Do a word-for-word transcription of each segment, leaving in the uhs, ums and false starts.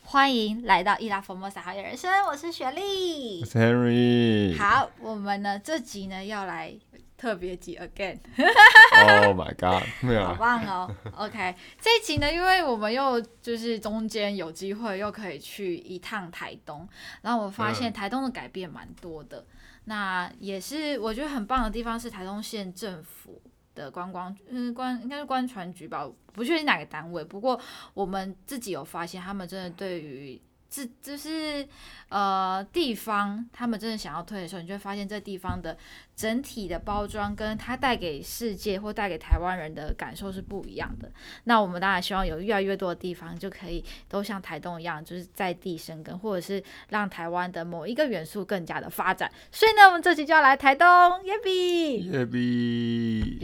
欢迎来到伊拉佛莫萨好野人生，我是雪莉， 我是 Henry。 好，我们呢这集呢要来特别集 again 。 Oh my god， 没有好棒哦。OK， 这一集呢，因为我们又就是中间有机会又可以去一趟台东，然后我发现台东的改变蛮多的。嗯、那也是我觉得很棒的地方是台东县政府的观光，嗯，观应该是观传局吧，不确定哪个单位。不过我们自己有发现，他们真的对于这就是呃地方，他们真的想要推的时候，你就会发现这地方的整体的包装跟它带给世界或带给台湾人的感受是不一样的。那我们当然希望有越来越多的地方就可以都像台东一样，就是在地生根，或者是让台湾的某一个元素更加的发展。所以呢，我们这期就要来台东，耶比耶比。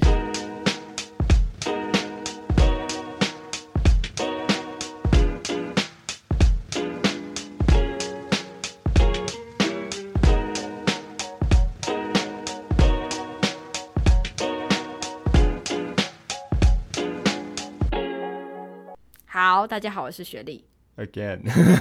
好，大家好，我是雪莉。 Again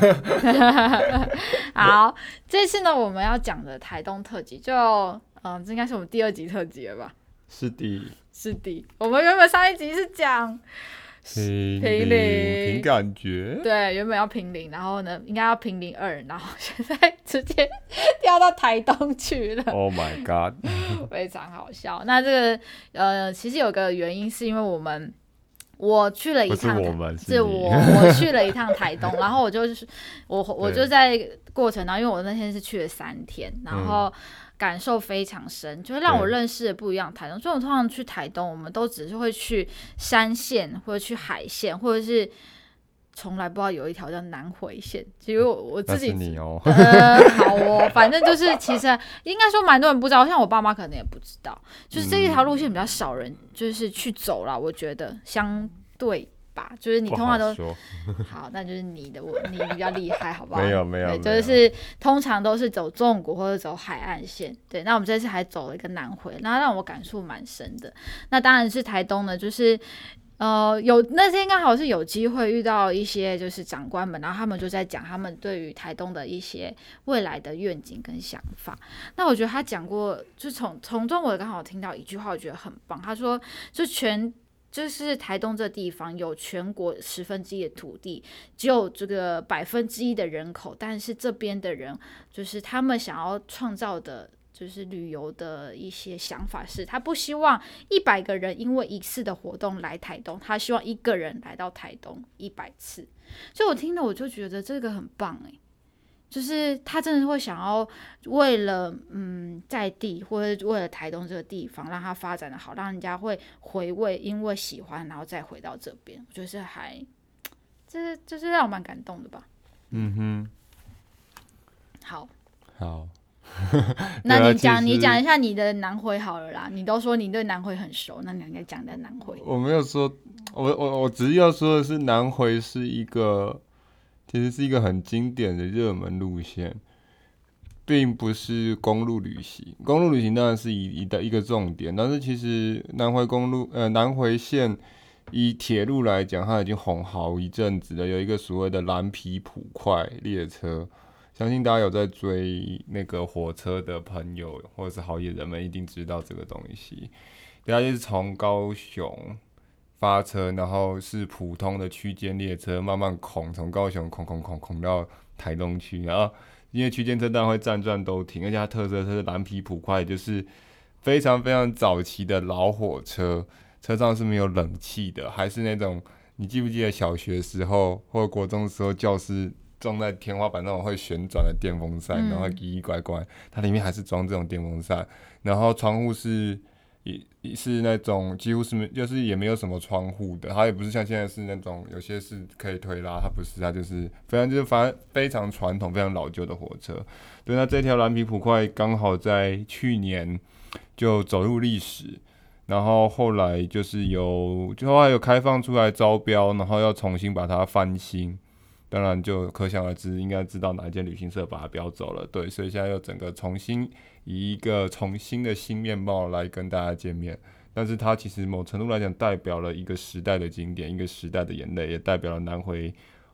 好，这次呢，我们要讲的台东特辑就，嗯，这应该是我们第二集特辑了吧？ 是的， 是的。我们原本上一集是讲平零凭感觉， 对，原本要平零，然后呢，应该要平零二，然后现在直接跳到台东去了。 Oh my god， 非常好笑。那这个呃，其实有个原因是因为我们。我去了一趟， 不是我们，是, 是我我去了一趟台东，然后我就是我我就在过程当中，因为我那天是去了三天，然后感受非常深，就会让我认识了不一样的台东。所以我通常去台东，我们都只是会去山线或者去海线，或者是从来不知道有一条叫南回线。其实我我自己那是你哦， 呃，好哦，反正就是其实应该说蛮多人不知道，像我爸妈可能也不知道，就是这一条路线比较少人就是去走啦，我觉得相对吧，就是你通常都好，那就是你的我你比较厉害，好不好？ 没有没有， 就是通常都是走纵谷或者走海岸线。对，那我们这次还走了一个南回，然后让我感触蛮深的。那当然是台东呢，就是。呃，有那天刚好是有机会遇到一些就是长官们，然后他们就在讲他们对于台东的一些未来的愿景跟想法。那我觉得他讲过，就从从中我刚好听到一句话，我觉得很棒。他说，就全就是台东这地方有全国十分之一的土地，只有这个百分之一的人口，但是这边的人就是他们想要创造的。就是旅游的一些想法是，他不希望一百个人因为一次的活动来台东，他希望一个人来到台东一百次。所以我听了我就觉得这个很棒哎，就是他真的会想要为了嗯在地或者为了台东这个地方让它发展的好，让人家会回味，因为喜欢然后再回到这边，我觉得是还这这是让我蛮感动的吧。 嗯哼， 好， 好。 那你讲，你讲一下你的南回好了啦。你都说你对南回很熟，那你应该讲的南回。 我没有说，我我我只是要说的是，南回是一个，其实是一个很经典的热门路线，并不是公路旅行。公路旅行当然是一一的一个重点，但是其实南回公路，呃，南回线以铁路来讲，它已经红好一阵子了。有一个所谓的蓝皮普快列车。相信大家有在追那个火车的朋友，或者是好野人们，一定知道这个东西。它就是从高雄发车，然后是普通的区间列车，慢慢空，从高雄空空空空到台东去。然后因为区间车当然会站站都停，而且它特色是蓝皮普快，也就是非常非常早期的老火车，车上是没有冷气的，还是那种你记不记得小学时候或者国中的时候教室。装在天花板那种会旋转的电风扇，然后奇奇怪怪，它里面还是装这种电风扇，然后窗户是也是那种几乎是就是也没有什么窗户的，它也不是像现在是那种有些是可以推拉，它不是，它就是非常就是反正非常传统、非常老旧的火车。对，那这条蓝皮普快刚好在去年就走入历史。然后后来就是有，就后来有开放出来招标，然后要重新把它翻新。当然就可想而知，应该知道哪一间旅行社把它标走了，对，所以现在又整个重新以一个重新的新面貌来跟大家见面。但是它其实某程度来讲代表了一个时代的经典，一个时代的眼泪，也代表了南回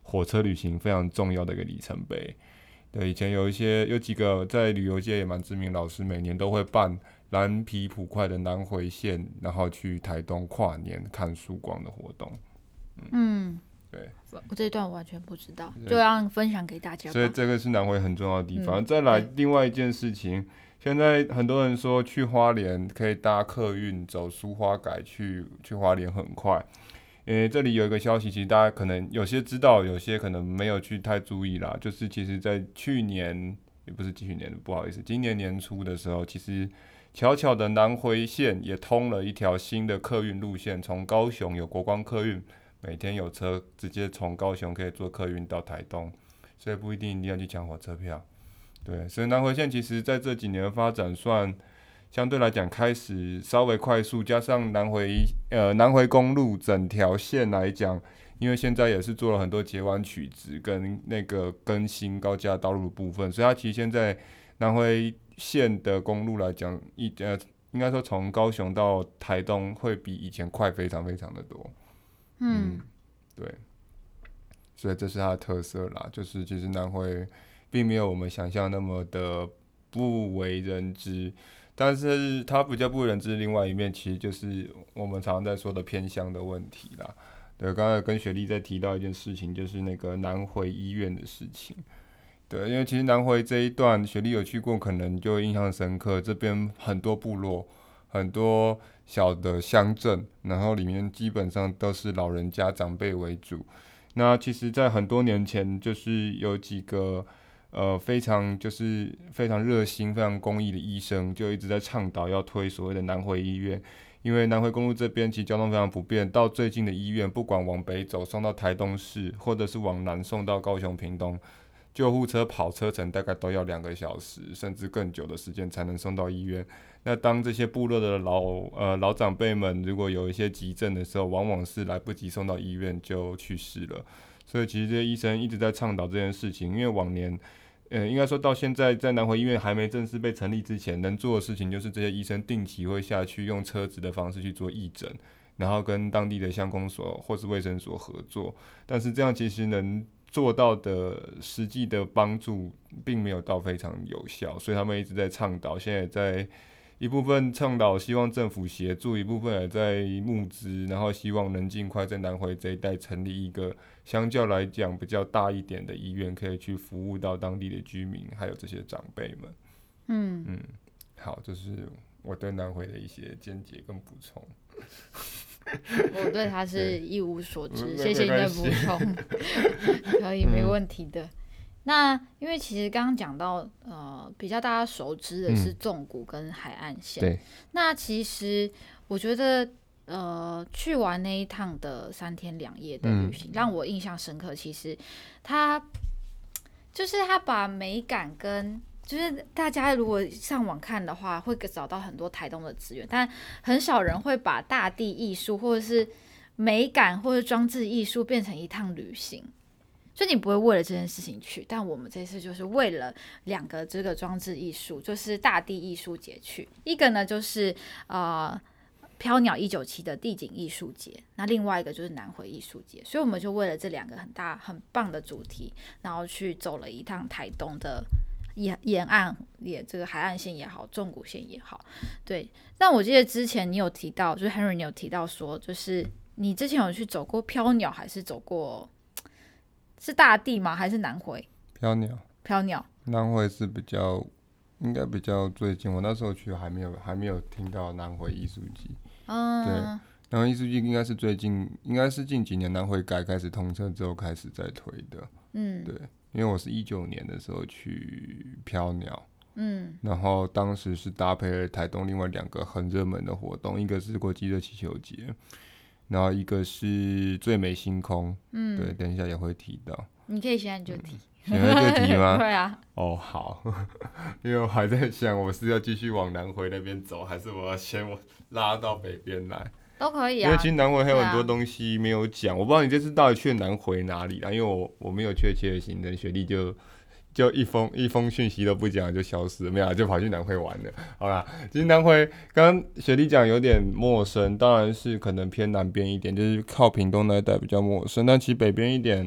火车旅行非常重要的一个里程碑。对，以前有一些有几个在旅游界也蛮知名老师，每年都会办蓝皮普快的南回线，然后去台东跨年看曙光的活动。嗯， 嗯对， 我这一段完全不知道，就让分享给大家吧。 所以这个是南回很重要的地方。 嗯、 再来另外一件事情，现在很多人说去花莲可以搭客运走苏花改去去花莲很快。诶，这里有一个消息，其实大家可能有些知道，有些可能没有去太注意啦。就是其实在去年，也不是去年，不好意思，今年年初的时候，其实巧巧的南回线也通了一条新的客运路线，从高雄有国光客运，每天有车直接从高雄可以坐客运到台东，所以不一定一定要去抢火车票。对，所以南回线其实在这几年的发展算相对来讲开始稍微快速，加上南回呃南回公路整条线来讲，因为现在也是做了很多截弯曲直跟那个更新高架道路的部分，所以它其实现在南回线的公路来讲，一呃应该说从高雄到台东会比以前快非常非常的多。嗯，嗯对，所以这是它的特色啦，就是其实南回并没有我们想象那么的不为人知。但是它比较不为人知的另外一面，其实就是我们常常在说的偏乡的问题啦。对，刚才跟雪莉在提到一件事情，就是那个南回医院的事情。对，因为其实南回这一段，雪莉有去过，可能就印象深刻。这边很多部落，很多小的乡镇，然后里面基本上都是老人家长辈为主。那其实，在很多年前，就是有几个。呃，非常就是非常热心、非常公益的医生，就一直在倡导要推所谓的南回医院。因为南回公路这边其实交通非常不便，到最近的医院，不管往北走送到台东市，或者是往南送到高雄屏东，救护车跑车程大概都要两个小时，甚至更久的时间才能送到医院。那当这些部落的老呃老长辈们如果有一些急症的时候，往往是来不及送到医院就去世了。所以其实这些医生一直在倡导这件事情，因为往年，呃，应该说到现在，在南回医院还没正式被成立之前，能做的事情就是这些医生定期会下去用车子的方式去做义诊，然后跟当地的乡公所或是卫生所合作。但是这样其实能做到的实际的帮助，并没有到非常有效，所以他们一直在倡导，现在在。一部分倡导希望政府协助，一部分也在募资，然后希望能尽快在南回这一带成立一个相较来讲比较大一点的医院，可以去服务到当地的居民还有这些长辈们。嗯嗯，好，这是我对南回的一些见解跟补充。 我对他是一无所知，谢谢你的补充，可以，没问题的。那因为其实刚刚讲到，呃，比较大家熟知的是纵谷跟海岸线。嗯、对。那其实我觉得，呃，去完那一趟的三天两夜的旅行，嗯、让我印象深刻。其实他就是他把美感跟，就是大家如果上网看的话，会找到很多台东的资源，但很少人会把大地艺术或者是美感或者装置艺术变成一趟旅行。所以你不会为了这件事情去，但我们这次就是为了两个这个装置艺术，就是大地艺术节去。一个呢就是呃飘鸟一九七的地景艺术节，那另外一个就是南回艺术节。所以我们就为了这两个很大很棒的主题，然后去走了一趟台东的沿沿岸，也这个海岸线也好，纵谷线也好。对，但我记得之前你有提到，就是 Henry 你有提到说，就是你之前有去走过飘鸟，还是走过？是大地吗？还是南回？ 飘鸟， 飘鸟。 南回是比较，应该比较最近。我那时候去还没有还没有听到南回艺术季。嗯，对，南回艺术季应该是最近，应该是近几年南回改开始通车之后开始在推的。嗯，对，因为我是一九年的时候去飘鸟。嗯，然后当时是搭配了台东另外两个很热门的活动，一个是国际热气球节。然后一个是最美星空，嗯，对，等一下也会提到。 你可以现在就提， 嗯、现在就提吗？ 对啊。 哦，好，因为我还在想，我是要继续往南回那边走，还是我要先拉到北边来？ 都可以啊。 因为其实南回还有很多东西没有讲，啊、我不知道你这次到底去南回哪里啦，因为我我没有确切的行程，雪莉就。就一封一封讯息都不讲就消失了，没有就跑去南回玩了。好啦，其实南回刚刚雪莉讲有点陌生，当然是可能偏南边一点，就是靠屏东那一带比较陌生。但其实北边一点，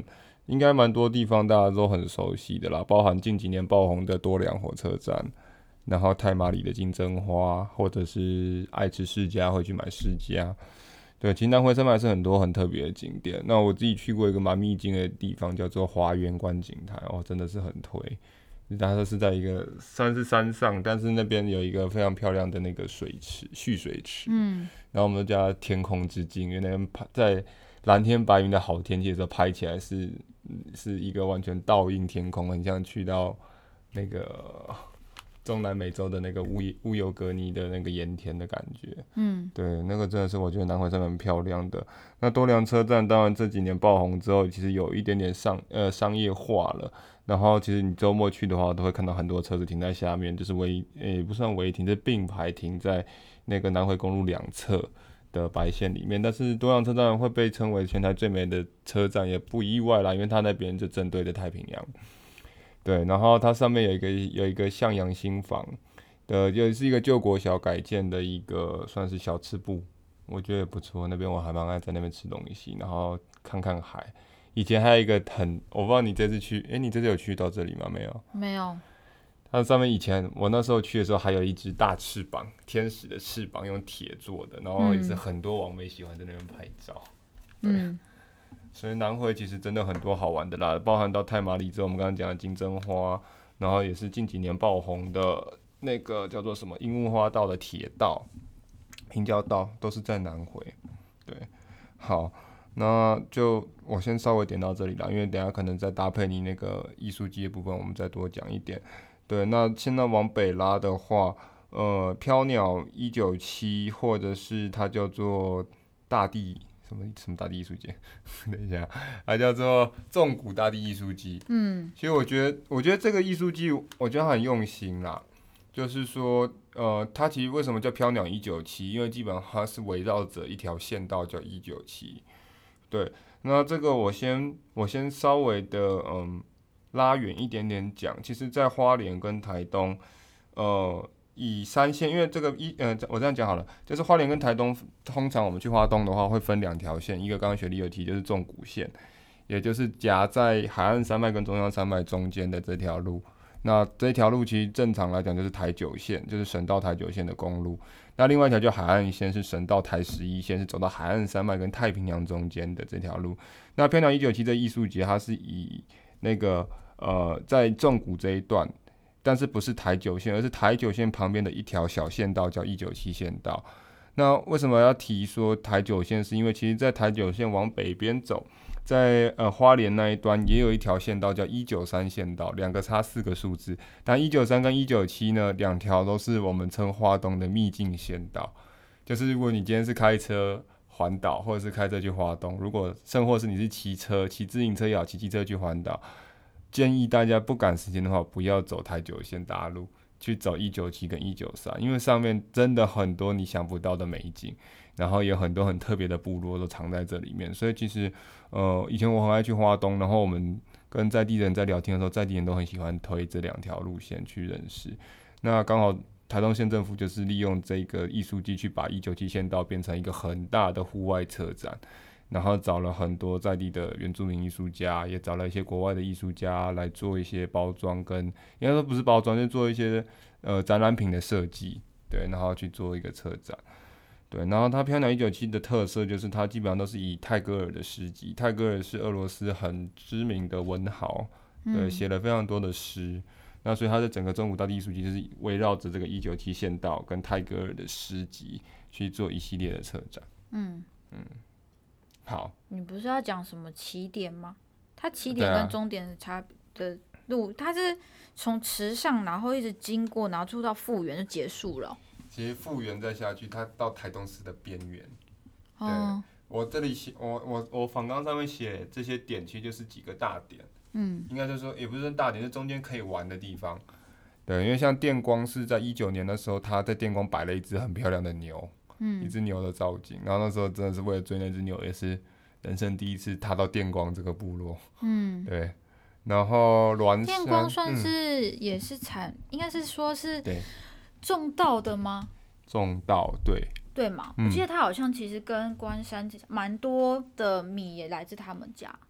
应该蛮多地方大家都很熟悉的啦，包含近几年爆红的多良火车站，然后太麻里的金针花，或者是爱吃世家会去买世家。对，其实南回山脉是很多很特别的景点。那我自己去过一个蛮秘境的地方，叫做华园观景台，哦，真的是很推。它是在一个算是山上，但是那边有一个非常漂亮的那个水池，蓄水池。嗯，然后我们就叫它天空之镜，因为那边在蓝天白云的好天气的时候拍起来是是一个完全倒映天空，很像去到那个中南美洲的那个乌乌尤格尼的那个盐田的感觉。嗯，对，那个真的是我觉得南回山蛮漂亮的。那多良车站当然这几年爆红之后，其实有一点点商呃商业化了。然后其实你周末去的话，都会看到很多车子停在下面，就是违诶不算违停，是并排停在那个南回公路两侧的白线里面。但是多良车站会被称为全台最美的车站，也不意外啦，因为它那边就正对着太平洋。对，然后它上面有一个有一个向阳新房的，也是一个旧国小改建的一个算是小吃部，我觉得也不错。那边我还蛮爱在那边吃东西，然后看看海。以前还有一个很，我不知道你这次去，哎，你这次有去到这里吗？没有， 没有。 它上面以前我那时候去的时候，还有一只大翅膀，天使的翅膀，用铁做的，然后也是很多网美喜欢在那边拍照。嗯，所以南回其实真的很多好玩的啦，包含到太麻里之后，我们刚刚讲的金针花，然后也是近几年爆红的那个叫做什么樱木花道的铁道、平交道，都是在南回。对，好。那就我先稍微点到这里啦，因为等一下可能再搭配你那个艺术季的部分，我们再多讲一点。对，那现在往北拉的话，呃，飘鸟一九七，或者是它叫做大地什么什么大地艺术节，等一下，它叫做纵谷大地艺术季。嗯，其实我觉得，我觉得这个艺术季，我觉得它很用心啦。就是说，呃，它其实为什么叫飘鸟一九七？因为基本上它是围绕着一条县道叫一九七。对，那这个我先我先稍微的嗯拉远一点点讲，其实，在花莲跟台东，呃，以三线，因为这个一呃我这样讲好了，就是花莲跟台东，通常我们去花东的话会分两条线，一个刚刚学弟有提就是纵谷线，也就是夹在海岸山脉跟中央山脉中间的这条路。那这条路其实正常来讲就是台九线，就是省道台九线的公路。那另外一条叫海岸线，是省道台十一线，是走到海岸山脉跟太平洋中间的这条路。那飘鸟一九七这艺术节，它是以那个呃在纵谷这一段，但是不是台九线，而是台九线旁边的一条小县道叫一九七县道。那为什么要提说台九线？是因为其实在台九线往北边走，在呃花莲那一端也有一条县道叫一九三县道，两个差四个数字。但一九三跟一九七呢，两条都是我们称花东的秘境县道。就是如果你今天是开车环岛，或者是开车去花东，如果甚或是你是骑车、骑自行车也好，骑机车去环岛，建议大家不赶时间的话，不要走台九线大路，去走一九七跟一九三，因为上面真的很多你想不到的美景。然后也有很多很特别的部落都藏在这里面，所以其实，呃，以前我很爱去花东，然后我们跟在地人在聊天的时候，在地人都很喜欢推这两条路线去认识。那刚好台东县政府就是利用这个艺术季去把一九七县道变成一个很大的户外车展，然后找了很多在地的原住民艺术家，也找了一些国外的艺术家来做一些包装跟，应该说不是包装，就做一些呃展览品的设计，对，然后去做一个车展。对，然后它飘鸟一九七的特色就是它基本上都是以泰戈尔的诗集，泰戈尔是俄罗斯很知名的文豪，对，写了非常多的诗，那所以它的整个中古大地艺术季就是围绕着这个一九七县道跟泰戈尔的诗集去做一系列的策展。嗯嗯，好， 你不是要讲什么起点吗？它起点跟终点的差的路，它是从池上然后一直经过，然后出到复原就结束了。 其实复原再下去，它到台东市的边缘。对，哦、我这里写，我我我访纲上面写这些点，其实就是几个大点。嗯，应该就是说，也不是大点，是中间可以玩的地方。对，因为像电光是在一九年的时候，他在电光摆了一只很漂亮的牛，嗯，一只牛的造景。然后那时候真的是为了追那只牛，也是人生第一次踏到电光这个部落。嗯，对。然后峦山， 电光算是、嗯、也是产，应该是说是对。种稻的吗？ 种稻，对， 对嘛、嗯？我记得他好像其实跟关山蛮多的米也来自他们家。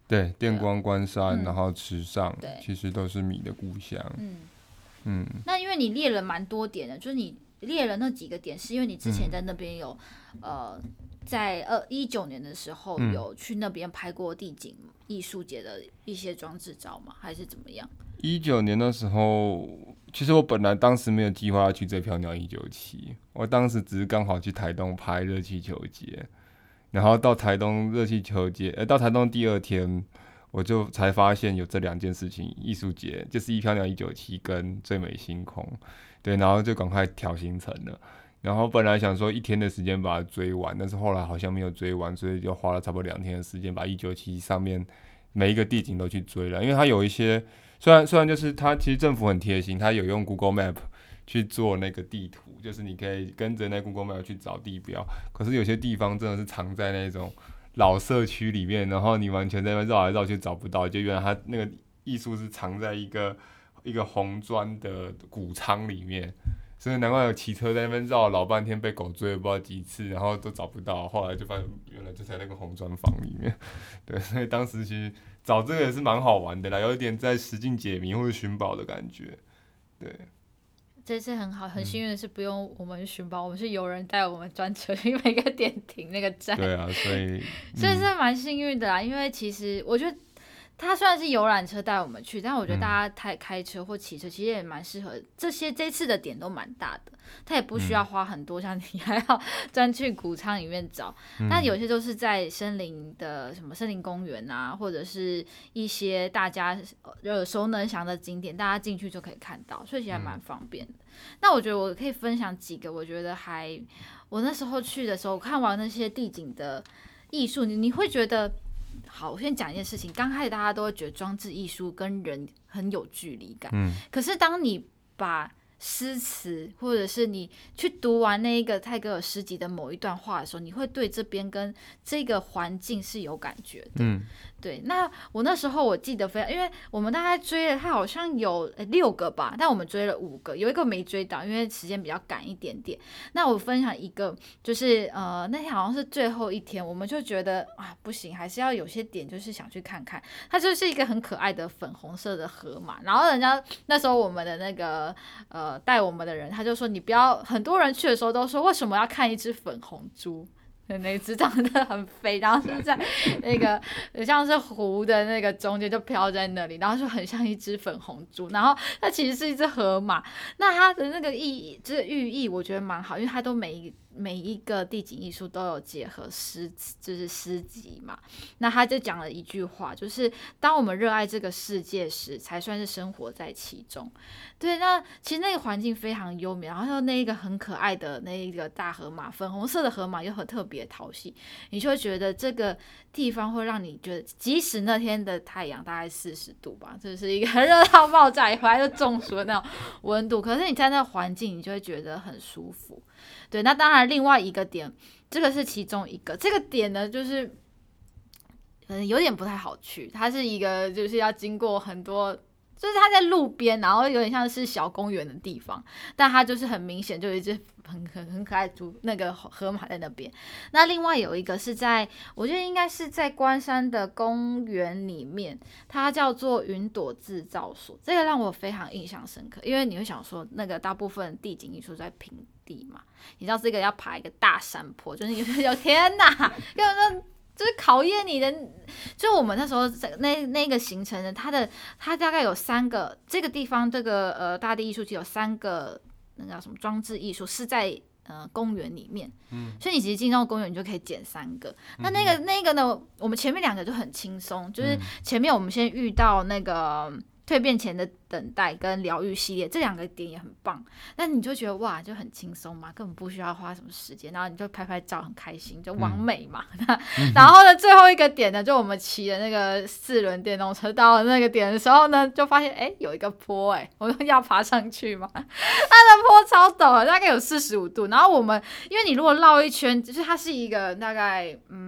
对，电光关山， 嗯、 然后池上， 对， 其实都是米的故乡。 嗯嗯， 那因为你列了蛮多点的，就是你列了那几个点，是因为你之前在那边有、嗯、呃，在二一九年的时候有去那边拍过地景艺术节的一些装置照吗？还是怎么样？ 一九年的时候，其实我本来当时没有计划要去这飘鸟一九七，我当时只是刚好去台东拍热气球节，然后到台东热气球节，呃，到台东第二天，我就才发现有这两件事情，艺术节就是一飘鸟一九七跟最美星空，对，然后就赶快调行程了。然后本来想说一天的时间把它追完，但是后来好像没有追完，所以就花了差不多两天的时间把一九七上面每一个地景都去追了，因为它有一些。虽然虽然就是它其实政府很贴心，它有用 Google Map 去做那个地图，就是你可以跟着那 Google Map 去找地标。可是有些地方真的是藏在那种老社区里面，然后你完全在那边绕来绕去找不到，就原来它那个艺术是藏在一个一个红砖的谷仓里面，所以难怪有骑车在那边绕老半天，被狗追了不知道几次，然后都找不到，后来就发现原来就在那个红砖房里面。对，所以当时其实。找这个也是蛮好玩的啦，有一点在实境解谜或者寻宝的感觉。对， 这次很好，很幸运的是不用我们寻宝，嗯、我们是有人带我们专车去每个点停那个站。 对啊，所以、嗯、 所以是蛮幸运的啦，因为其实我觉得。它虽然是游览车带我们去，但我觉得大家开开车或骑车其实也蛮适合。这些这次的点都蛮大的，它也不需要花很多，嗯、像你还要钻去谷仓里面找。嗯、但有些都是在森林的什么森林公园啊，或者是一些大家耳熟能详的景点，大家进去就可以看到，所以其实还蛮方便的。嗯、那我觉得我可以分享几个，我觉得还我那时候去的时候看完那些地景的艺术，你你会觉得。好，我先讲一件事情。刚开始大家都会觉得装置艺术跟人很有距离感，嗯，可是当你把诗词或者是你去读完那一个泰戈尔诗集的某一段话的时候，你会对这边跟这个环境是有感觉的。嗯，对。那我那时候我记得非常，因为我们大概追了，它好像有、欸、六个吧，但我们追了五个，有一个没追到，因为时间比较赶一点点。那我分享一个，就是呃那天好像是最后一天，我们就觉得啊不行，还是要有些点就是想去看看。它就是一个很可爱的粉红色的河马，然后人家那时候我们的那个呃。带我们的人，他就说你不要，很多人去的时候都说为什么要看一只粉红猪？那只长得很肥，然后是在那个像是湖的那个中间就飘在那里，然后就很像一只粉红猪，然后它其实是一只河马。那它的那个意义，这个寓意我觉得蛮好，因为它都每一每一个地景艺术都有结合诗，就是诗集嘛。那他就讲了一句话，就是当我们热爱这个世界时，才算是生活在其中。对，那其实那个环境非常优美，然后那一个很可爱的那一个大河马，粉红色的河马又很特别讨喜，你就会觉得这个地方会让你觉得，即使那天的太阳大概四十度吧，这是一个很热到爆炸，回来就中暑的那种温度，可是你在那个环境，你就会觉得很舒服。对，那当然另外一个点，这个是其中一个，这个点呢就是可能有点不太好去，它是一个就是要经过很多。就是它在路边，然后有点像是小公园的地方，但它就是很明显就有一只很很很可爱的猪，那个河马在那边。那另外有一个是在，我觉得应该是在关山的公园里面，它叫做云朵制造所，这个让我非常印象深刻，因为你会想说，那个大部分地景艺术在平地嘛，你知道这个要爬一个大山坡，就是你会有天哪，根本就。就是考验你的，就我们那时候那那个行程呢，它的它大概有三个，这个地方这个呃大地艺术节有三个那叫什么装置艺术是在呃公园里面，嗯，所以你其实进到公园你就可以捡三个。嗯、那那个那个呢，我们前面两个就很轻松，就是前面我们先遇到那个。蜕变前的等待跟疗愈系列这两个点也很棒，那你就觉得哇就很轻松嘛，根本不需要花什么时间，然后你就拍拍照很开心，就完美嘛、嗯、然后呢最后一个点呢，就我们骑的那个四轮电动车到了那个点的时候呢，就发现哎有一个坡，哎我们要爬上去嘛，它的坡超陡的，大概有四十五度，然后我们因为你如果绕一圈，就是它是一个大概嗯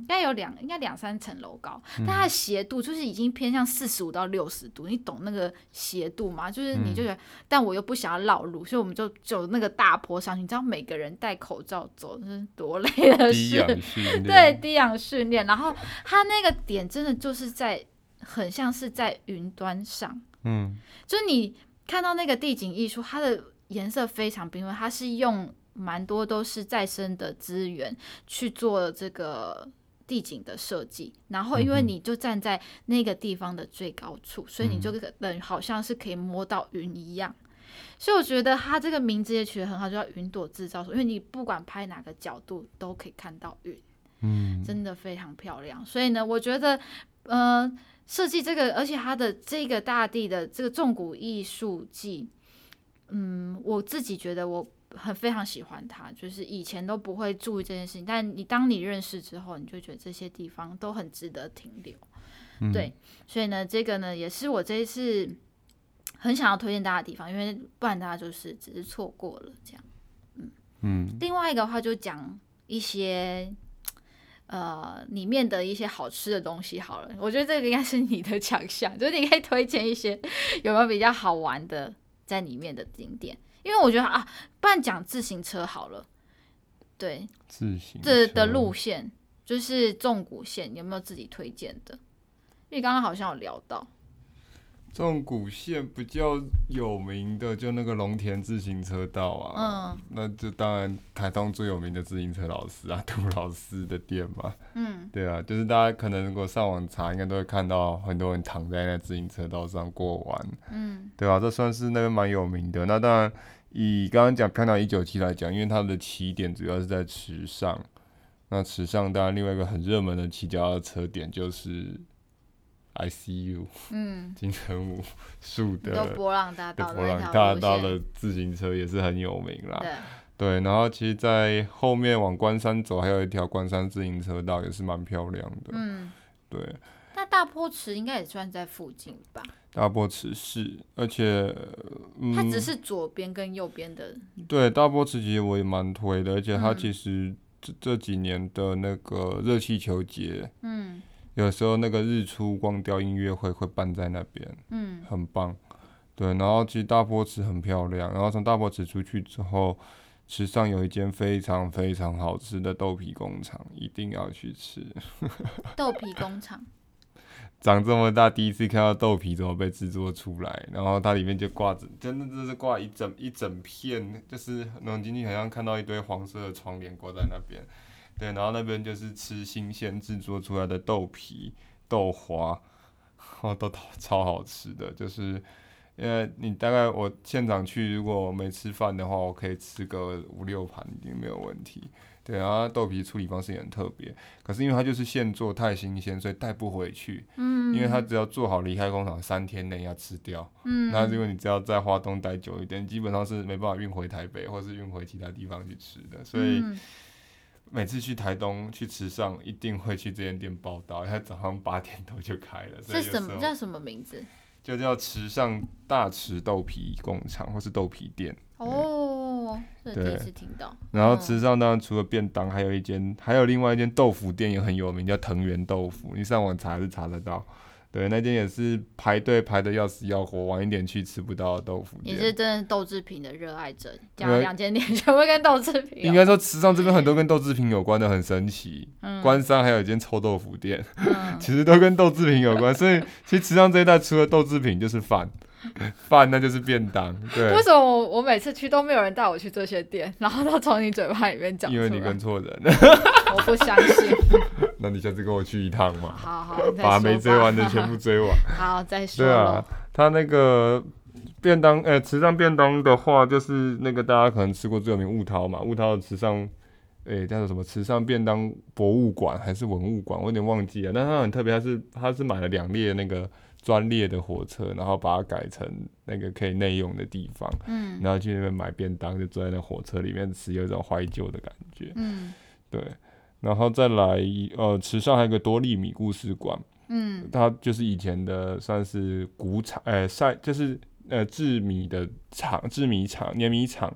应该有两应该两三层楼高，但它的斜度就是已经偏向四十五到六十度，你懂那个斜度吗？就是你就觉得，嗯、但我又不想要绕路，所以我们就走那个大坡上去。你知道每个人戴口罩走，这是多累的事。 低氧训练， 对，低氧训练。然后它那个点真的就是在很像是在云端上，嗯，就是你看到那个地景艺术，它的颜色非常缤纷，它是用蛮多都是再生的资源去做这个地景的设计，然后因为你就站在那个地方的最高处，所以你就等好像是可以摸到云一样。所以我觉得它这个名字也取得很好，就叫云朵制造所，因为你不管拍哪个角度都可以看到云，嗯，真的非常漂亮。所以呢，我觉得，呃，设计这个，而且它的这个大地的这个纵谷艺术季，嗯，我自己觉得我很非常喜欢它，就是以前都不会注意这件事情，但你当你认识之后，你就觉得这些地方都很值得停留，嗯、对，所以呢，这个呢也是我这一次很想要推荐大家的地方，因为不然大家就是只是错过了这样，嗯嗯。另外一个的话就讲一些呃里面的一些好吃的东西好了，我觉得这个应该是你的强项，就是你可以推荐一些有没有比较好玩的在里面的景点。因为我觉得啊，不然讲自行车好了，对， 自行车的路线就是纵谷线，有没有自己推荐的？因为刚刚好像有聊到纵谷线比较有名的，就那个龙田自行车道啊，嗯，那就当然台东最有名的自行车老师啊，杜老师的店嘛，嗯，对啊，就是大家可能如果上网查，应该都会看到很多人躺在那自行车道上过弯，嗯，对啊，这算是那边蛮有名的。那当然。以刚刚讲漂亮一九七来讲，因为它的起点主要是在池上，那池上当然另外一个很热门的骑脚踏车点就是 I C U， 嗯，金城武树的波浪大道， 波浪大道的自行车也是很有名啦。对，对，然后其实，在后面往关山走，还有一条关山自行车道也是蛮漂亮的。嗯，对。 那大坡池应该也算在附近吧？ 大坡池是，而且、 嗯、它只是左边跟右边的。 对，大坡池其实我也蛮推的，而且它其实这、嗯、这几年的那个热气球节，嗯，有时候那个日出光雕音乐会会办在那边，嗯，很棒。对，然后其实大坡池很漂亮，然后从大坡池出去之后，池上有一间非常非常好吃的豆皮工厂，一定要去吃。 豆皮工厂。 长这么大，第一次看到豆皮怎么被制作出来，然后它里面就挂着，真的就是挂一整一整片，就是那种进去好像看到一堆黄色的窗帘挂在那边，对，然后那边就是吃新鲜制作出来的豆皮、豆花，哦，都超好吃的，就是因为你大概我现场去，如果我没吃饭的话，我可以吃个五六盘，一定没有问题。对，然后豆皮处理方式也很特别，可是因为它就是现做，太新鲜，所以带不回去。嗯，因为它只要做好离开工厂三天内要吃掉。嗯，那如果你只要在花东待久一点，基本上是没办法运回台北，或是运回其他地方去吃的。所以每次去台东去池上，一定会去这间店报到，它早上八点多就开了。 是什么叫什么名字？ 就叫池上大池豆皮工厂，或是豆皮店。 哦，这第一次听到。 然后池上当然除了便当，还有一间，还有另外一间豆腐店也很有名，叫藤原豆腐。你上网查还是查得到。对，那间也是排队排的要死要活，晚一点去吃不到的豆腐店。 你是真的豆制品的热爱者，讲了两间店全部跟豆制品。 应该说池上这边很多跟豆制品有关的，很神奇。嗯、关山还有一间臭豆腐店，嗯、其实都跟豆制品有关。所以其实池上这一带除了豆制品就是饭。饭那就是便当，对。 为什么 我, 我每次去都没有人带我去这些店，然后都从你嘴巴里面讲出来？ 因为你跟错人了。 我不相信。 那你下次跟我去一趟嘛？ 好好， 把没追完的全部追完。 好，再说。 对啊，他那个便当，呃、欸，池上便当的话，就是那个大家可能吃过最有名雾涛嘛，雾涛的池上。诶、欸，叫做什么？池上便当博物馆还是文物馆？我有点忘记了。但它很特别，它是它是买了两列那个专列的火车，然后把它改成那个可以内用的地方。嗯，然后去那边买便当，就坐在那火车里面吃，有一种怀旧的感觉。嗯，对。然后再来，呃，池上还有个多利米故事馆。嗯，它就是以前的算是谷场，呃，晒就是呃制米的厂，制米厂、碾米厂。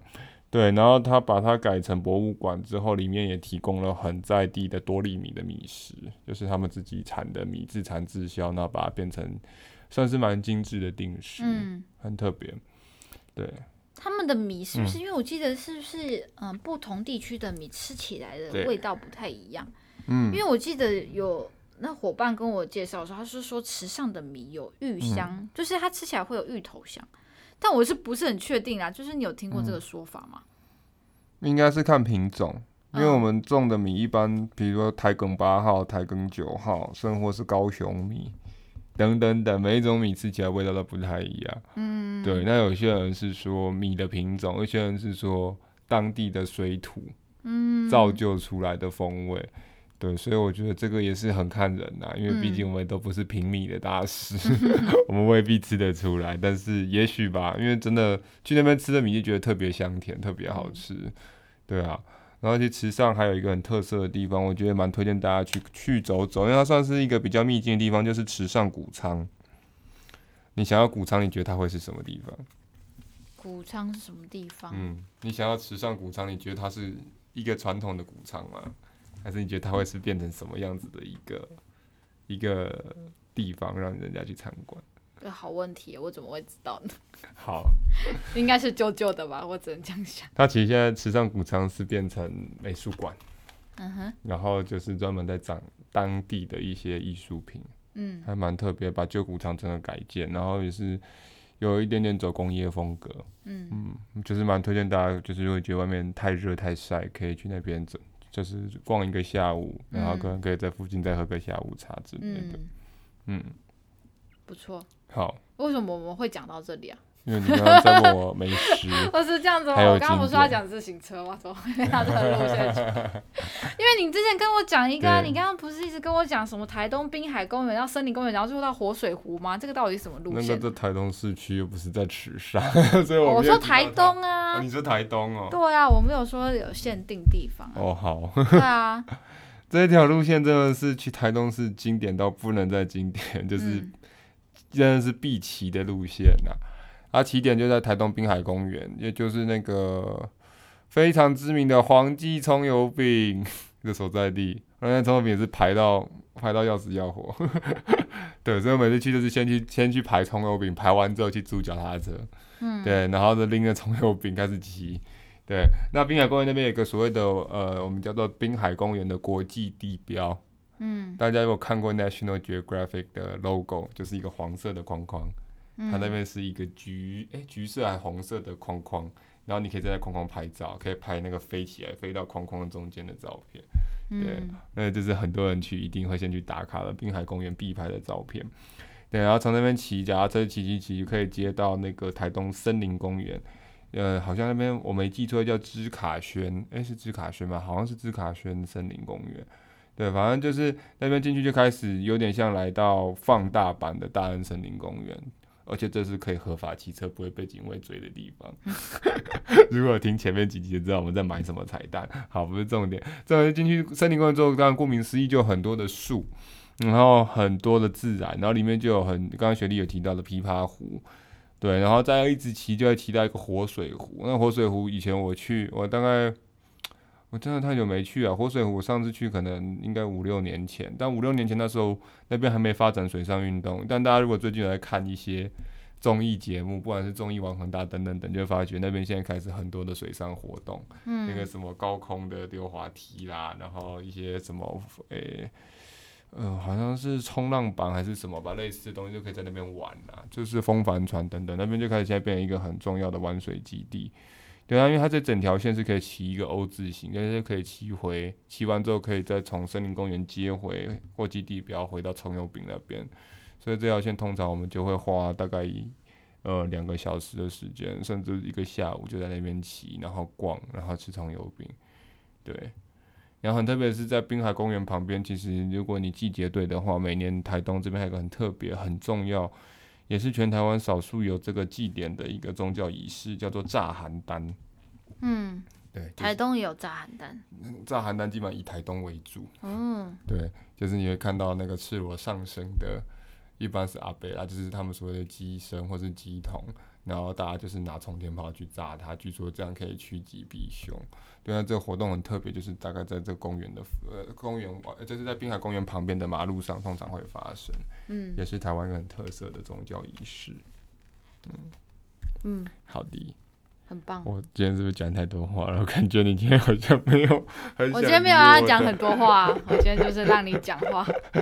对，然后他把它改成博物馆之后，里面也提供了很在地的多粒米的米食，就是他们自己产的米，自产自销，然后把它变成算是蛮精致的定食，嗯，很特别。对， 他们的米是不是？嗯、因为我记得是不是，嗯，不同地区的米吃起来的味道不太一样。嗯，因为我记得有那伙伴跟我介绍的时候，他是说池上的米有芋香，嗯、就是它吃起来会有芋头香。但我是不是很确定啊？就是你有听过这个说法吗？ 嗯、应该是看品种，因为我们种的米一般，比如说台梗八号、台梗九号，甚或是高雄米等等等，每一种米吃起来味道都不太一样。嗯，对。那有些人是说米的品种，有些人是说当地的水土，嗯，造就出来的风味。对，所以我觉得这个也是很看人呐，因为毕竟我们都不是评米的大师，嗯、我们未必吃得出来，但是也许吧，因为真的去那边吃的米就觉得特别香甜，特别好吃，嗯、对啊。然后去池上还有一个很特色的地方，我觉得蛮推荐大家去去走走，因为它算是一个比较秘境的地方，就是池上谷仓。你想要谷仓，你觉得它会是什么地方？ 谷仓是什么地方？ 嗯，你想要池上谷仓，你觉得它是一个传统的谷仓吗？还是你觉得它会是变成什么样子的一个一个地方，让人家去参观？ 好问题，我怎么会知道呢？ 好， 应该是旧旧的吧，我只能这样想。 它其实现在池上谷仓是变成美术馆，嗯哼，然后就是专门在展当地的一些艺术品，嗯，还蛮特别，把旧谷仓整个改建，然后也是有一点点走工业风格，嗯嗯，就是蛮推荐大家，就是如果觉得外面太热太晒，可以去那边走。就是逛一个下午，然后可能可以在附近再喝个下午茶之类的，嗯，嗯不错。 好， 为什么我们会讲到这里啊？ 因为你刚刚在问我美食， 我是这样子吗？我刚刚不是要讲自行车吗？怎么会到这个路线去？因为你之前跟我讲一个、啊，你刚刚不是一直跟我讲什么台东滨海公园，然后森林公园，然后最后到活水湖吗？这个到底是什么路线？ 那个在台东市区，又不是在池上，所以我, 我, 我说台东啊、 哦，你说台东哦？ 对啊，我没有说有限定地方、啊。 哦，好。 对啊， 这一条路线真的是去台东市经典到不能再经典，就是、嗯、真的是必骑的路线啊。它起点就在台东滨海公园，也就是那个非常知名的黄记葱油饼的所在地。那葱油饼也是排到排到要死要活，对，所以我每次去就是先去先去排葱油饼，排完之后去租脚踏车，嗯，对，然后就拎着葱油饼开始骑。对，那滨海公园那边有一个所谓的呃，我们叫做滨海公园的国际地标，嗯，大家有看过 National Geographic 的 logo， 就是一个黄色的框框。它那边是一个橘，哎、欸，橘色还红色的框框，然后你可以在那框框拍照，可以拍那个飞起来飞到框框中间的照片。对，嗯、那就是很多人去一定会先去打卡的滨海公园必拍的照片。对，然后从那边骑脚踏车骑骑骑，可以接到那个台东森林公园。呃，好像那边我没记错叫芝卡轩，哎、欸，是芝卡轩吗？好像是芝卡轩森林公园。对，反正就是那边进去就开始有点像来到放大版的大安森林公园。而且这是可以合法骑车不会被警卫追的地方。如果听前面几集就知道我们在买什么彩蛋。好，不是重点。这回进去森林公园之后，当然顾名思义就有很多的树，然后很多的自然，然后里面就有很刚刚学弟有提到的琵琶湖，对，然后再一直骑就会骑到一个活水湖。那活水湖以前我去，我大概我真的太久没去啊。活水湖我上次去可能应该五六年前，但五六年前那时候那边还没发展水上运动。但大家如果最近有在看一些综艺节目，不管是综艺玩很大等等等，就会发觉那边现在开始很多的水上活动，嗯，那个什么高空的溜滑梯啦，然后一些什么诶。欸呃，好像是冲浪板还是什么吧，类似的东西就可以在那边玩啦，就是风帆船等等，那边就开始现在变成一个很重要的玩水基地。对啊，因为它这整条线是可以骑一个 O 字形，就是可以骑回，骑完之后可以再从森林公园接回或基地标回到葱油饼那边，所以这条线通常我们就会花大概呃两个小时的时间，甚至一个下午就在那边骑，然后逛，然后吃葱油饼，对。然后很特别的是在滨海公园旁边，其实如果你季节对的话，每年台东这边还有一个很特别、很重要，也是全台湾少数有这个祭典的一个宗教仪式，叫做炸寒单。嗯，对，就是、 台东也有炸寒单。 炸寒单基本上以台东为主。嗯，对，就是你会看到那个赤裸上升的一般是阿伯啦，就是他们所谓的鸡生或是鸡童，然后大家就是拿冲天炮去炸它，据说这样可以趋吉避凶。对，那这个活动很特别，就是大概在这个公园的呃公园，就是在滨海公园旁边的马路上，通常会发生，嗯，也是台湾一个很特色的宗教仪式。嗯嗯，好的。 很棒。 我今天是不是讲太多话了？我感觉你今天好像没有很想理我。 我今天没有要讲很多话，我今天就是让你讲话，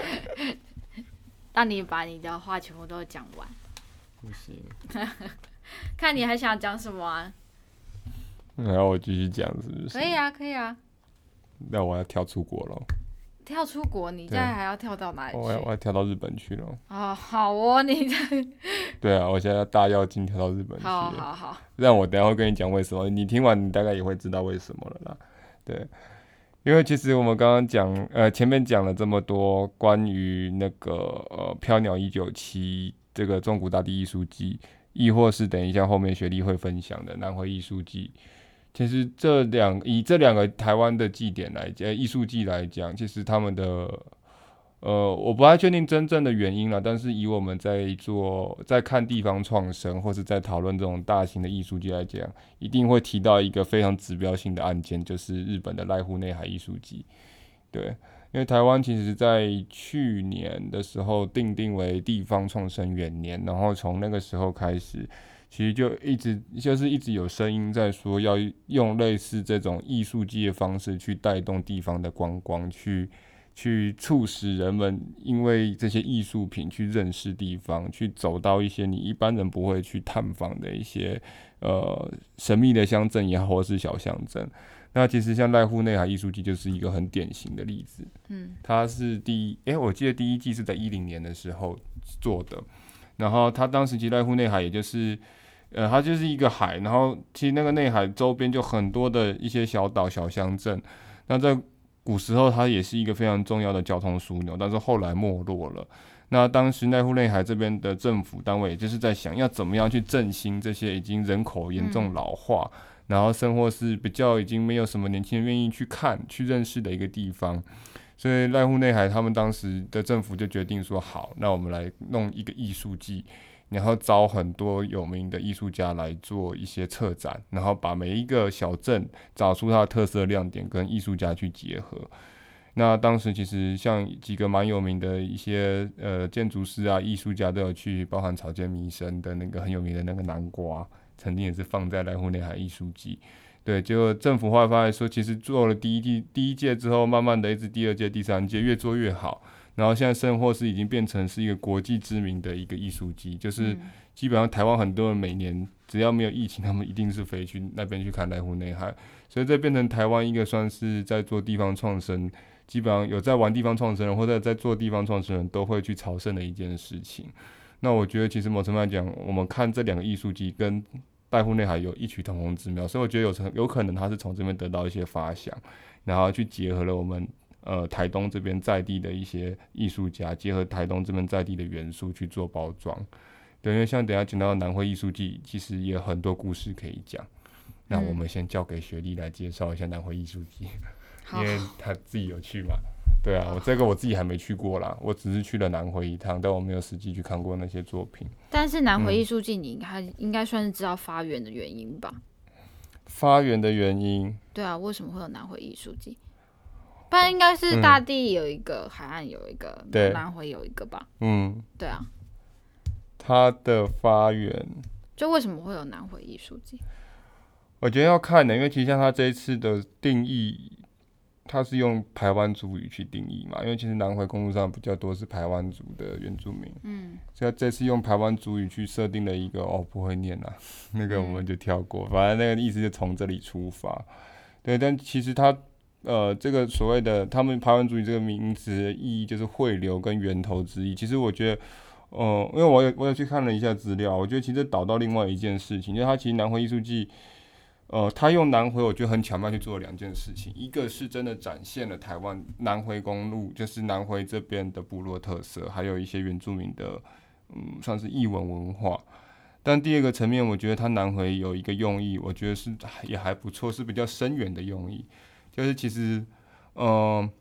让你把你的话全部都讲完。 不行。 看你还想讲什么啊？ 然后我继续讲是不是？ 可以啊，可以啊。 那我要跳出国了。 跳出国？你现在还要跳到哪里去？ 我要我要跳到日本去了。 哦，好哦，你这。 对啊，我现在要大跃进跳到日本去。 好好好。 让我等一下会跟你讲为什么，你听完你大概也会知道为什么了啦。对，因为其实我们刚刚讲，呃，前面讲了这么多关于那个呃飘鸟一九七这个中古大地艺术季，亦或是等一下后面学弟会分享的南回艺术季。其实这两以这两个台湾的祭典来讲，艺术季来讲，其实他们的呃，我不太确定真正的原因啦，但是以我们在做在看地方创生，或是在讨论这种大型的艺术季来讲，一定会提到一个非常指标性的案件，就是日本的濑户内海艺术季。对，因为台湾其实在去年的时候定定为地方创生元年，然后从那个时候开始。其实就一直就是一直有声音在说，要用类似这种艺术季的方式去带动地方的观光，去去促使人们因为这些艺术品去认识地方，去走到一些你一般人不会去探访的一些呃神秘的乡镇也好，或是小乡镇。那其实像濑户内海艺术季就是一个很典型的例子。嗯，它是第一，哎、欸，我记得第一季是在一零年的时候做的。然后它当时其实濑户内海也就是，呃，它就是一个海，然后其实那个内海周边就很多的一些小岛、小乡镇。那在古时候它也是一个非常重要的交通枢纽，但是后来没落了。那当时濑户内海这边的政府单位，也就是在想要怎么样去振兴这些已经人口严重老化，嗯、然后生活是比较已经没有什么年轻人愿意去看、去认识的一个地方。所以濑户内海他们当时的政府就决定说，好，那我们来弄一个艺术季，然后找很多有名的艺术家来做一些策展，然后把每一个小镇找出它的特色亮点跟艺术家去结合。那当时其实像几个蛮有名的一些呃建筑师啊、艺术家都有去，包含草间弥生的那个很有名的那个南瓜，曾经也是放在濑户内海艺术季。对，结果政府后来发现说，其实做了第一季第一届之后，慢慢的一直第二届、第三届越做越好，然后现在甚或是已经变成是一个国际知名的一个艺术季，就是基本上台湾很多人每年只要没有疫情，他们一定是飞去那边去看濑户内海，所以这变成台湾一个算是在做地方创生，基本上有在玩地方创生人或者在做地方创生人都会去朝圣的一件事情。那我觉得其实某程度来讲，我们看这两个艺术季跟濑户内海有异曲同工之妙，所以我觉得有有可能他是从这边得到一些发想，然后去结合了我们呃台东这边在地的一些艺术家，结合台东这边在地的元素去做包装。对，因为像等一下讲到南回艺术季，其实也有很多故事可以讲。那我们先交给学弟来介绍一下南回艺术季，因为他自己有去嘛。对啊，我这个我自己还没去过啦，我只是去了南回一趟，但我没有实际去看过那些作品。 但是南回艺术季，你应该、嗯、应该算是知道发源的原因吧？ 发源的原因？ 对啊，为什么会有南回艺术季？不然应该是大地有一个，嗯、海岸有一个，南回有一个吧？嗯，对啊。 它的发源， 就为什么会有南回艺术季？ 我觉得要看的，因为其实像它这一次的定义。他是用排湾族语去定义嘛，因为其实南回公路上比较多是排湾族的原住民，嗯，所以他这次用排湾族语去设定了一个哦不会念啊，那个我们就跳过，反正那个意思就从这里出发，对，但其实他呃这个所谓的他们排湾族语这个名词的意义就是汇流跟源头之意，其实我觉得，呃，因为我有我有去看了一下资料，我觉得其实导到另外一件事情，就是他其实南回艺术季。呃，他用南回，我觉得很巧妙去做了两件事情，一个是真的展现了台湾南回公路，就是南回这边的部落特色，还有一些原住民的，嗯，算是艺文文化。但第二个层面，我觉得他南回有一个用意，我觉得是也还不错，是比较深远的用意，就是其实，呃，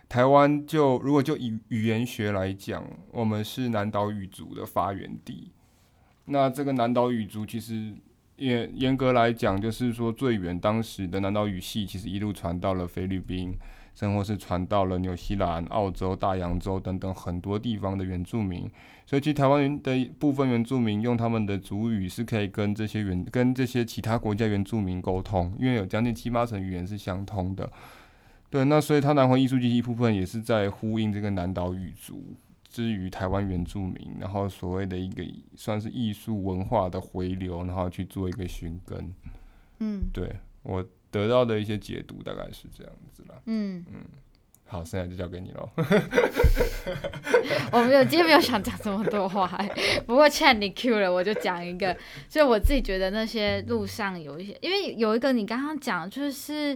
台湾就如果就以语言学来讲，我们是南岛语族的发源地。那这个南岛语族其实也严格来讲，就是说最远当时的南岛语系，其实一路传到了菲律宾，甚或是传到了纽西兰、澳洲、大洋洲等等很多地方的原住民。所以其实台湾的部分原住民用他们的族语是可以跟这些原跟这些其他国家原住民沟通，因为有将近七八成语言是相通的。对，那所以它南回艺术季一部分也是在呼应这个南岛语族之于台湾原住民，然后所谓的一个算是艺术文化的回流，然后去做一个寻根。嗯，对，我得到的一些解读大概是这样子啦。嗯嗯，好，剩下就交给你咯。 我没有，今天没有想讲这么多话，不过既然你 Q 了，我就讲一个。所以我自己觉得那些路上有一些，因为有一个你刚刚讲就是。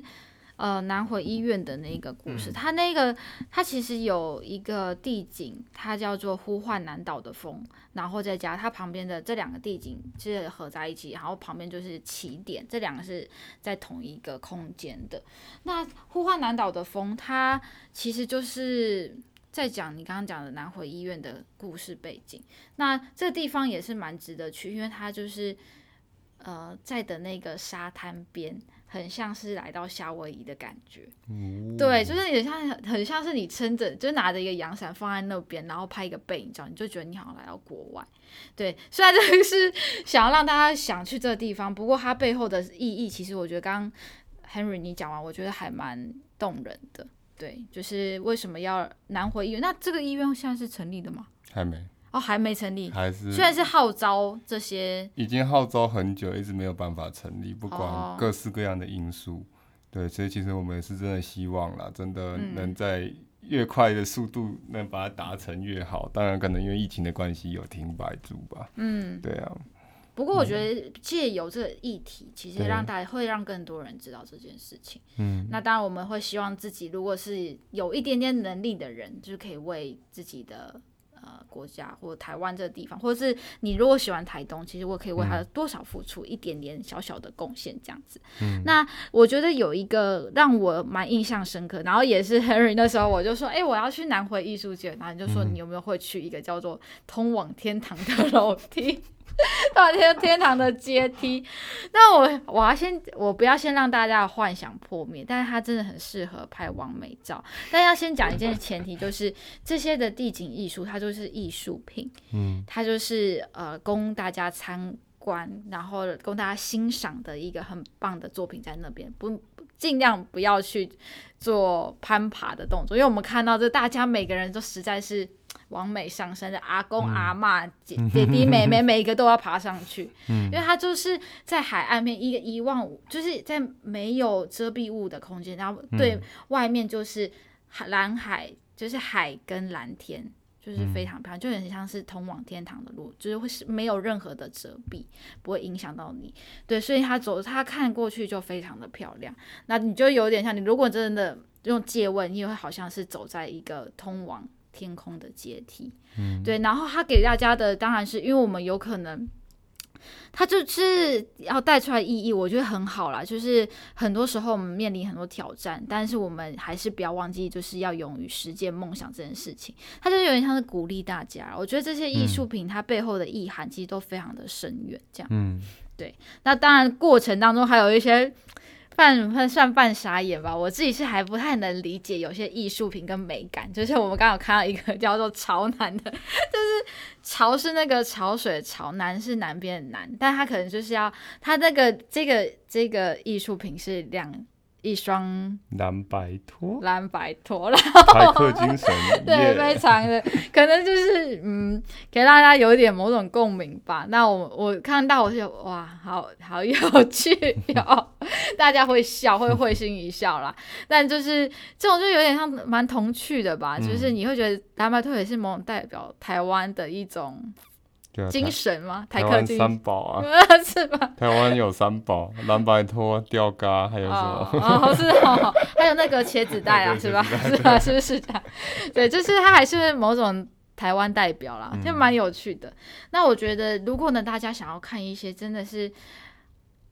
呃，南回医院的那个故事，嗯、它那个它其实有一个地景，它叫做呼唤南岛的风，然后再加它旁边的这两个地景是合在一起，然后旁边就是起点，这两个是在同一个空间的。那呼唤南岛的风，它其实就是在讲你刚刚讲的南回医院的故事背景。那这个地方也是蛮值得去，因为它就是呃在的那个沙滩边。很像是来到夏威夷的感觉，嗯、对，就是很像很像是你撑着，就拿着一个阳伞放在那边，然后拍一个背影照，你就觉得你好像来到国外。对，虽然这个是想要让大家想去这个地方，不过它背后的意义，其实我觉得刚刚 Henry 你讲完，我觉得还蛮动人的。对，就是为什么要南回医院？那这个医院现在是成立的吗？ 还没。 哦，还没成立， 还是虽然是号召这些， 已经号召很久，一直没有办法成立，不管各式各样的因素。哦、对，所以其实我们也是真的希望啦，真的能在越快的速度能把它达成越好。当然，可能因为疫情的关系有停摆住吧。嗯，对啊。 不过我觉得借由这个议题，嗯、其实让大家会让更多人知道这件事情。嗯，那当然我们会希望自己如果是有一点点能力的人，就是可以为自己的。呃，国家或台湾这个地方，或者是你如果喜欢台东，其实我可以为他多少付出一点点小小的贡献，这样子。嗯，那我觉得有一个让我蛮印象深刻，然后也是 Henry 那时候我就说，哎、欸，我要去南回艺术节，然后你就说你有没有会去一个叫做通往天堂的楼梯？到天天堂的阶梯，那我我要先，我不要先让大家的幻想破灭，但是它真的很适合拍完美照。但要先讲一件前提，就是这些的地景艺术，它就是艺术品，嗯，它就是呃供大家参观，然后供大家欣赏的一个很棒的作品在那边，不尽量不要去做攀爬的动作，因为我们看到这大家每个人都实在是。往美上升的阿公、嗯、阿嬷、姐弟妹妹，每一个都要爬上去，嗯、因为它就是在海岸边一个一望，就是在没有遮蔽物的空间，然后对外面就是蓝海，就是海跟蓝天，就是非常漂亮，就很像是通往天堂的路，就是会是没有任何的遮蔽，不会影响到你。对，所以他走，他看过去就非常的漂亮。那你就有点像你，如果真的用借问，你也会好像是走在一个通往天空的阶梯，嗯，对，然后他给大家的当然是因为我们有可能，他就是要带出来意义，我觉得很好啦。就是很多时候我们面临很多挑战，但是我们还是不要忘记，就是要勇于实践梦想这件事情。他就有点像是鼓励大家。我觉得这些艺术品它背后的意涵其实都非常的深远，这样，嗯，对。那当然过程当中还有一些。半算半傻眼吧，我自己是还不太能理解有些艺术品跟美感，就是我们刚刚有看到一个叫做潮南的，就是潮是那个潮水的潮，南是南边的南，但它可能就是要它那个这个这个艺术品是两一双蓝白拖， 蓝白拖，然后台客精神， 对，非常的可能就是嗯，给大家有一点某种共鸣吧。那我我看到我就哇，好好有趣哦，大家会笑，会会心一笑啦。但就是这种就有点像蛮童趣的吧，嗯、就是你会觉得蓝白拖也是某种代表台湾的一种。精神吗？台客精神三宝啊， 是吧？ 台湾有三宝，蓝白拖、吊嘎，还有什么？ 哦，哦是哦，还有那个茄子蛋啊，是吧？是吧？是不是这样？对，就是它还是某种台湾代表啦，就蛮有趣的。嗯、那我觉得，如果呢，大家想要看一些真的是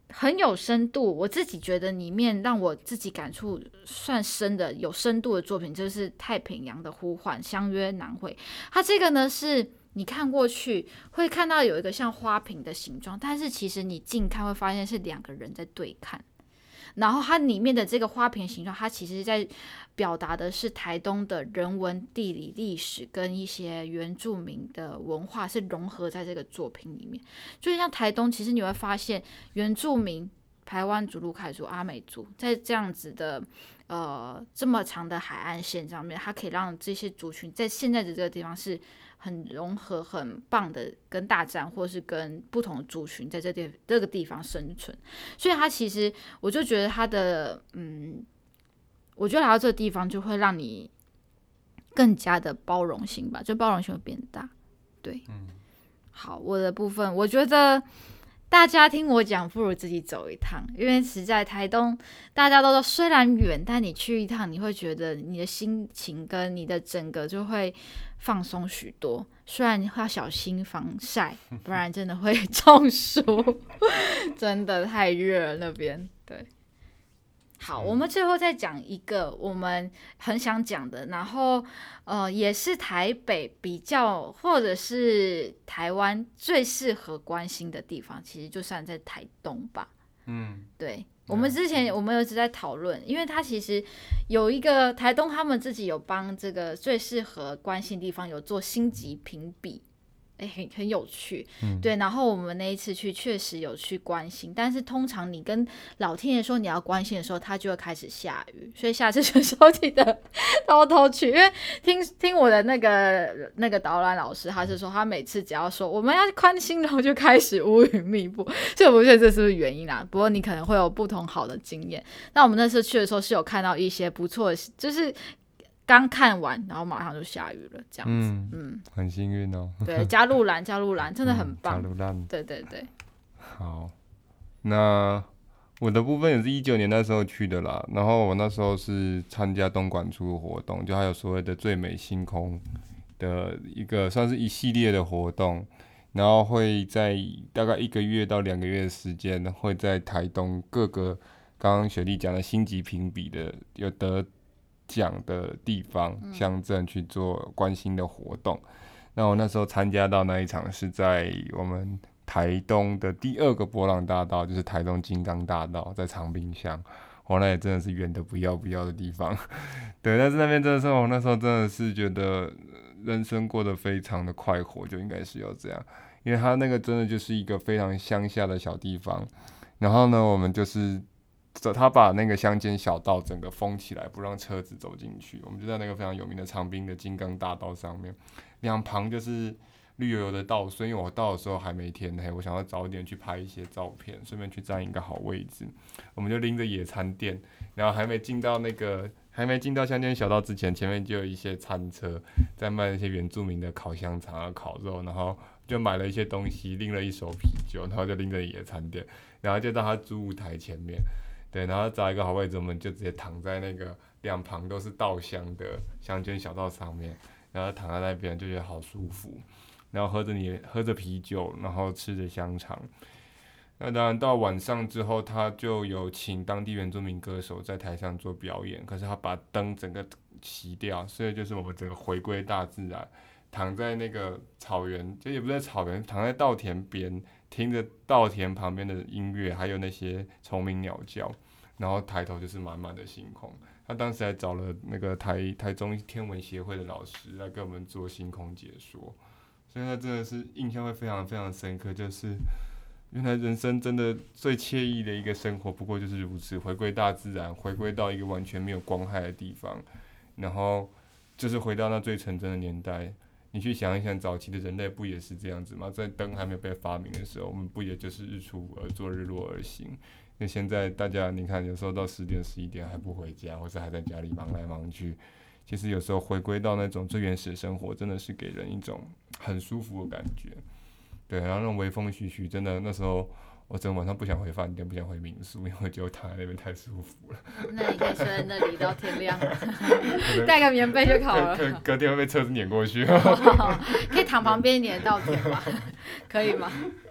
很有深度，我自己觉得里面让我自己感触算深的、有深度的作品，就是《太平洋的呼唤》相约南回。它这个呢是你看过去会看到有一个像花瓶的形状，但是其实你近看会发现是两个人在对看。然后它里面的这个花瓶形状，它其实在表达的是台东的人文、地理、历史跟一些原住民的文化是融合在这个作品里面。就是像台东，其实你会发现原住民、排湾族、鲁凯族、阿美族，在这样子的呃这么长的海岸线上面，它可以让这些族群在现在的这个地方是很融合、很棒的，跟大自然或是跟不同的族群在这地这个地方生存。所以它其实，我就觉得它的，嗯，我觉得来到这个地方就会让你更加的包容性吧，就包容性会变大。对，嗯，好，我的部分，我觉得大家听我讲，不如自己走一趟，因为实在台东大家都说虽然远，但你去一趟，你会觉得你的心情跟你的整个就会放松许多。虽然要小心防晒，不然真的会中暑，真的太热了那边。对，好，我们最后再讲一个我们很想讲的，然后呃，也是台北比较或者是台湾最适合关心的地方，其实就算在台东吧。嗯，对，我们之前我们有一直在讨论，因为它其实有一个台东，他们自己有帮这个最适合关心的地方有做星级评比。哎、欸，很很有趣、嗯，对。然后我们那一次去确实有去关心，但是通常你跟老天爷说你要关心的时候，它就会开始下雨，所以下次的时候记得偷偷去。因为听听我的那个那个导览老师，他是说他每次只要说我们要关心，然后就开始乌云密布，所以我不觉得这是不是原因啦。不过你可能会有不同好的经验。那我们那次去的时候是有看到一些不错的，就是刚看完，然后马上就下雨了，这样子，嗯，嗯很幸运哦。 对，加路兰，加路兰真的很棒， 嗯、加路兰， 对对对。 好，那我的部分也是一九年那时候去的啦，然后我那时候是参加东莞处的活动，就还有所谓的最美星空的一个算是一系列的活动，然后会在大概一个月到两个月的时间，会在台东各个刚刚雪莉讲的星级评比的有得奖的地方乡镇去做关心的活动。那我那时候参加到那一场是在我们台东的第二个波浪大道，就是台东金刚大道，在长滨乡。我那也真的是远的不要不要的地方，对，但是那边真的是我那时候真的是觉得人生过得非常的快活，就应该是要这样，因为它那个真的就是一个非常乡下的小地方。然后呢，我们就是他把那个乡间小道整个封起来，不让车子走进去。我们就在那个非常有名的长滨的金刚大道上面，两旁就是绿油油的稻穗。因为我到的时候还没天黑，我想要早点去拍一些照片，顺便去占一个好位置。我们就拎着野餐垫，然后还没进到那个还没进到乡间小道之前，前面就有一些餐车在卖一些原住民的烤香肠啊、烤肉，然后就买了一些东西，拎了一手啤酒，然后就拎着野餐垫，然后就到他主舞台前面。对，然后找一个好位置，我们就直接躺在那个两旁都是稻香的乡间小道上面，然后躺在那边就觉得好舒服，然后喝着你喝着啤酒，然后吃着香肠。那当然到晚上之后，他就有请当地原住民歌手在台上做表演，可是他把灯整个熄掉，所以就是我们整个回归大自然，躺在那个草原，就也不在草原，躺在稻田边。听着稻田旁边的音乐，还有那些虫鸣鸟叫，然后抬头就是满满的星空。他当时还找了那个台台中天文协会的老师来跟我们做星空解说，所以他真的是印象会非常非常深刻，就是原来人生真的最惬意的一个生活，不过就是如此，回归大自然，回归到一个完全没有光害的地方，然后就是回到那最纯真的年代。你去想一想，早期的人类不也是这样子吗？在灯还没有被发明的时候，我们不也就是日出而作，日落而息？那现在大家你看，有时候到十点、十一点还不回家，或是还在家里忙来忙去。其实有时候回归到那种最原始的生活，真的是给人一种很舒服的感觉。对，然后那种微风徐徐，真的那时候我整晚上不想回饭店，不想回民宿，因为我觉得我躺在那边太舒服了。 那你可以睡在那里到天亮，带个棉被就好了。 隔隔天会被车子碾过去。 可以躺旁边一点的稻田吗？可以吗？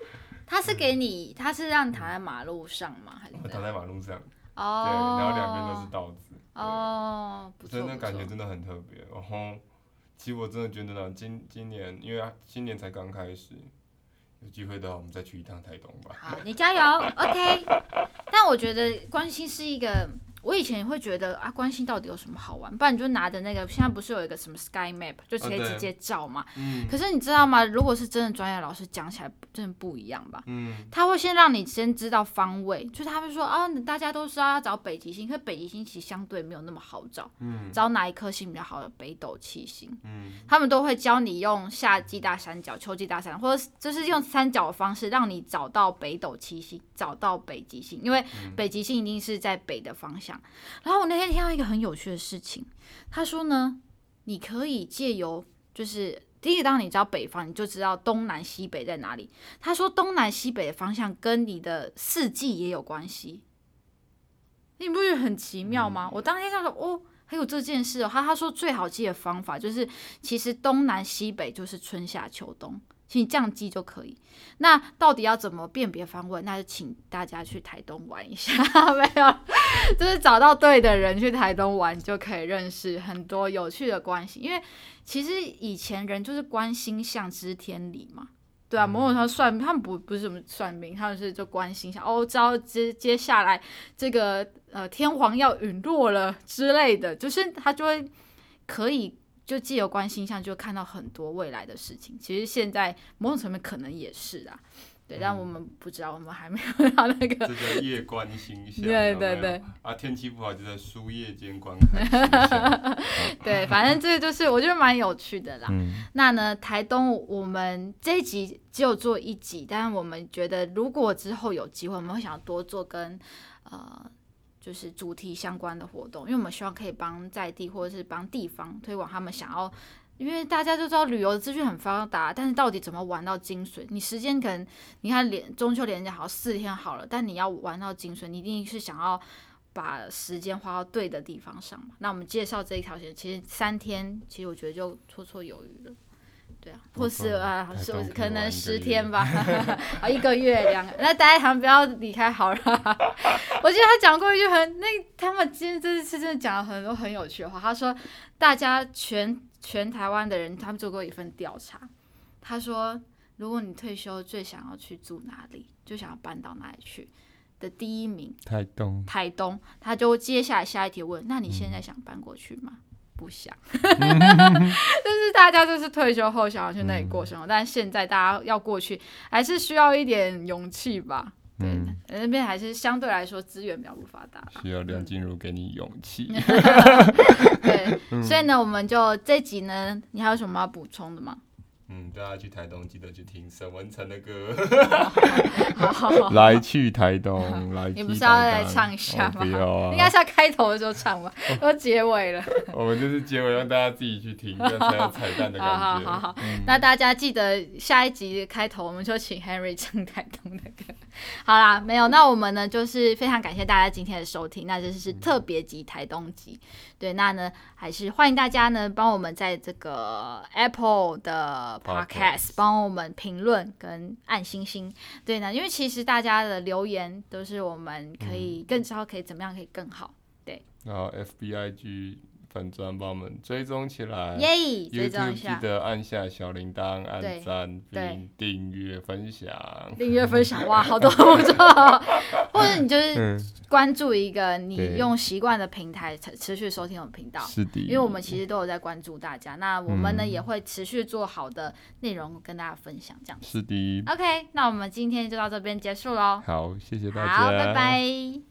他是给你，他是让你躺在马路上吗？还是我躺在马路上， 哦， 对，然后两边都是稻子， 哦，不错， 所以那感觉真的很特别。然后，其实我真的觉得呢，今今年因为新年才刚开始，有机会的话，我们再去一趟台东吧。 好，你加油 ，OK。但我觉得关心是一个。我以前会觉得啊，关心到底有什么好玩？不然你就拿着那个，现在不是有一个什么 Sky Map， 就可以直接照嘛。 嗯、 可是你知道吗？如果是真的专业老师讲起来，真的不一样吧？ 嗯。 他会先让你先知道方位，就是他会说啊，大家都是要找北极星，可是北极星其实相对没有那么好找。嗯。找哪一颗星比较好的北斗七星。嗯。他们都会教你用夏季大三角、秋季大三角，或者就是用三角的方式让你找到北斗七星，找到北极星，因为北极星一定是在北的方向。然后我那天听到一个很有趣的事情，他说呢，你可以借由就是第一个，当你知道北方，你就知道东南西北在哪里。他说东南西北的方向跟你的四季也有关系，你不觉得很奇妙吗？我当天想说，哦，还有这件事哦。他他说最好记的方法就是，其实东南西北就是春夏秋冬。其实你这样记就可以。那到底要怎么辨别方位？那就请大家去台东玩一下，没有，就是找到对的人去台东玩，就可以认识很多有趣的关系。因为其实以前人就是观星象知天理嘛，对啊，某种程度算命，他们不不是什么算命，他们是就观星象，哦，知道接接下来这个呃天皇要陨落了之类的，就是他就会可以。就既有观星象，就看到很多未来的事情。其实现在某种层面可能也是啊，对，嗯、但我们不知道，我们还没有到那个。 这叫夜观星象。 对对对。 啊，天气不好就在书夜间观看星象。 对，反正这个就是我觉得蛮有趣的啦。嗯、那呢，台东我们这一集只有做一集，但是我们觉得如果之后有机会，我们会想多做跟呃。就是主题相关的活动，因为我们希望可以帮在地或者是帮地方推广他们想要，因为大家都知道旅游的资讯很发达，但是到底怎么玩到精髓？你时间可能你看连中秋连假好四天好了，但你要玩到精髓，你一定是想要把时间花到对的地方上嘛。那我们介绍这一条线，其实三天，其实我觉得就绰绰有余了。对啊，或是啊，是可能十天吧，啊，一个月两个，那大家好像不要离开好了。我记得他讲过一句很，那他们今天这次真的讲了很多很有趣的话。他说，大家全全台湾的人，他们做过一份调查。他说，如果你退休最想要去住哪里，就想要搬到哪里去的第一名， 台东。 台东，他就接下来下一题问，那你现在想搬过去吗？嗯不想，就是大家就是退休后想要去那里过生活，嗯、但现在大家要过去，还是需要一点勇气吧。对，嗯、那边还是相对来说资源比较不发达， 需要梁静茹给你勇气。 对，嗯、所以呢，我们就这集呢，你还有什么要补充的吗？ 嗯，大家去台东记得去听沈文成的歌。 好好好来去台东，来去台东。 你不是要来唱一下吗？ 不要啊， 应该是要开头的时候唱吧，都结尾了。 我们就是结尾，让大家自己去听，这样才有彩蛋的感觉。 好好好，嗯、那大家记得下一集开头，我们就请 Henry 唱台东的歌。好啦，没有，那我们呢就是非常感谢大家今天的收听，那这是特别集台东集。对，那呢还是欢迎大家呢帮我们在这个 Apple 的Podcast 帮我们评论跟按星星，对呢，因为其实大家的留言都是我们可以更知道可以怎么样可以更好，对。 然后 F B I G 粉专帮我们追踪起来， 耶、yeah, 追踪一下， 记得按下小铃铛、按赞并订阅分享， 订阅分享哇，好多不错。或者你就是关注一个你用习惯的平台，持续收听我们频道， 是的， 因为我们其实都有在关注大家，那我们呢、嗯、也会持续做好的内容跟大家分享，这样子。 是的。 OK， 那我们今天就到这边结束喽。 好，谢谢大家， 好，拜拜。